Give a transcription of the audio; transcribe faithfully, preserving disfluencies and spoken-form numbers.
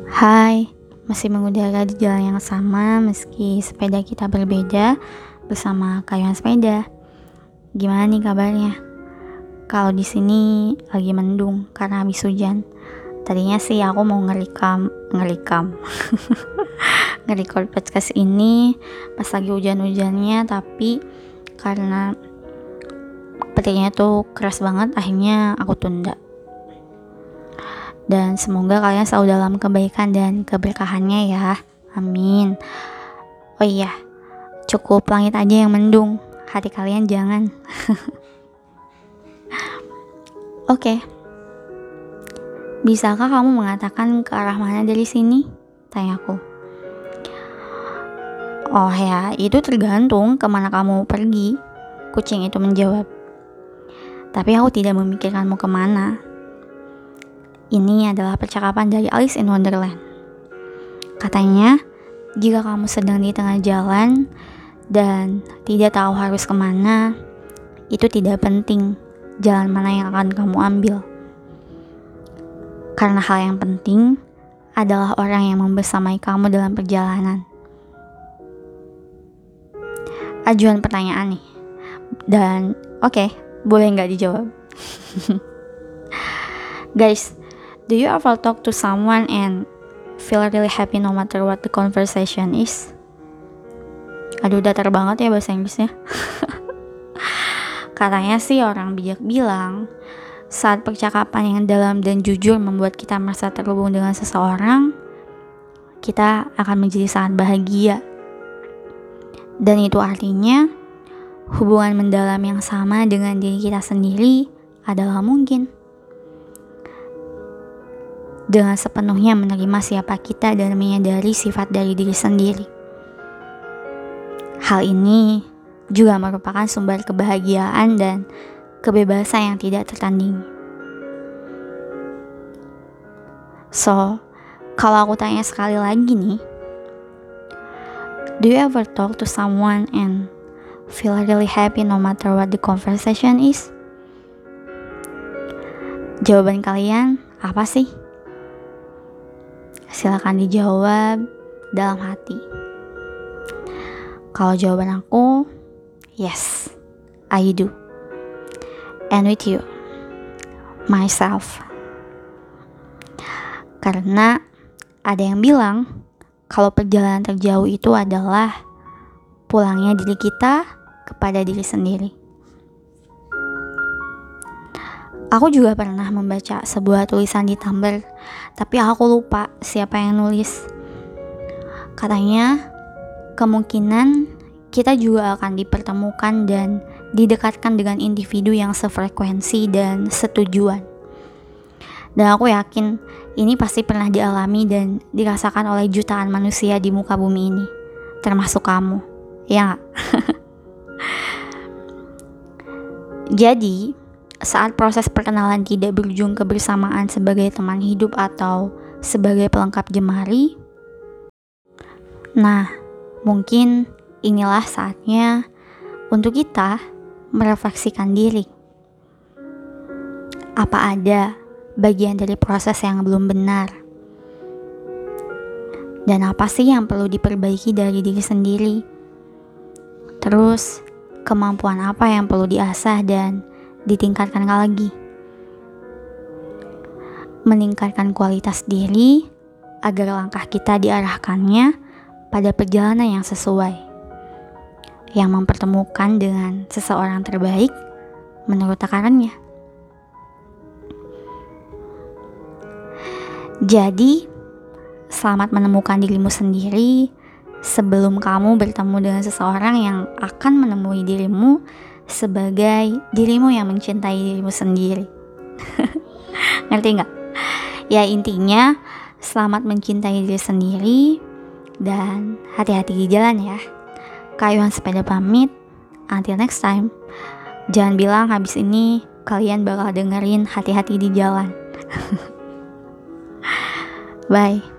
Hai, masih mengudara di jalan yang sama meski sepeda kita berbeda bersama kayuhan sepeda. Gimana nih kabarnya? Kalau di sini lagi mendung karena habis hujan. Tadinya sih aku mau ngerekam, ngerekam, nge-record podcast ini pas lagi hujan-hujannya, tapi karena petirnya tuh keras banget, akhirnya aku tunda. Dan semoga kalian selalu dalam kebaikan dan keberkahannya ya. Amin. Oh iya, cukup langit aja yang mendung, hati kalian jangan. Oke. Bisakah kamu mengatakan ke arah mana dari sini? Tanyaku. Oh ya, itu tergantung kemana kamu pergi. Kucing itu menjawab. Tapi aku tidak memikirkanmu kemana. Ini adalah percakapan dari Alice in Wonderland. Katanya, jika kamu sedang di tengah jalan dan tidak tahu harus kemana, itu tidak penting jalan mana yang akan kamu ambil. Karena hal yang penting adalah orang yang membersamai kamu dalam perjalanan. Ajuan pertanyaan nih. Dan oke, okay, boleh nggak dijawab? Guys, do you ever talk to someone and feel really happy no matter what the conversation is? Aduh, datar banget ya bahasa Inggrisnya. Katanya sih orang bijak bilang, saat percakapan yang dalam dan jujur membuat kita merasa terhubung dengan seseorang, kita akan menjadi sangat bahagia. Dan itu artinya, hubungan mendalam yang sama dengan diri kita sendiri adalah mungkin. Dengan sepenuhnya menerima siapa kita dan menyadari sifat dari diri sendiri. Hal ini juga merupakan sumber kebahagiaan dan kebebasan yang tidak tertandingi. So, kalau aku tanya sekali lagi nih, do you ever talk to someone and feel really happy no matter what the conversation is? Jawaban kalian apa sih? Silakan dijawab dalam hati. Kalau jawaban aku, yes, I do. And with you, myself. Karena ada yang bilang kalau perjalanan terjauh itu adalah pulangnya diri kita kepada diri sendiri. Aku juga pernah membaca sebuah tulisan di Tumblr, tapi aku lupa siapa yang nulis. Katanya, kemungkinan kita juga akan dipertemukan dan didekatkan dengan individu yang sefrekuensi dan setujuan. Dan aku yakin ini pasti pernah dialami dan dirasakan oleh jutaan manusia di muka bumi ini, termasuk kamu, ya gak? Jadi, saat proses perkenalan tidak berujung kebersamaan sebagai teman hidup atau sebagai pelengkap jemari, nah, mungkin inilah saatnya untuk kita merefleksikan diri. Apa ada bagian dari proses yang belum benar? Dan apa sih yang perlu diperbaiki dari diri sendiri? Terus, kemampuan apa yang perlu diasah dan ditingkatkan lagi? Meningkatkan kualitas diri agar langkah kita diarahkannya pada perjalanan yang sesuai, yang mempertemukan dengan seseorang terbaik menurut takarannya. Jadi, selamat menemukan dirimu sendiri sebelum kamu bertemu dengan seseorang yang akan menemui dirimu sebagai dirimu yang mencintai dirimu sendiri. Ngerti gak? Ya intinya, selamat mencintai diri sendiri dan hati-hati di jalan ya. Kayuhan sepeda pamit. Until next time. Jangan bilang habis ini kalian bakal dengerin hati-hati di jalan. Bye.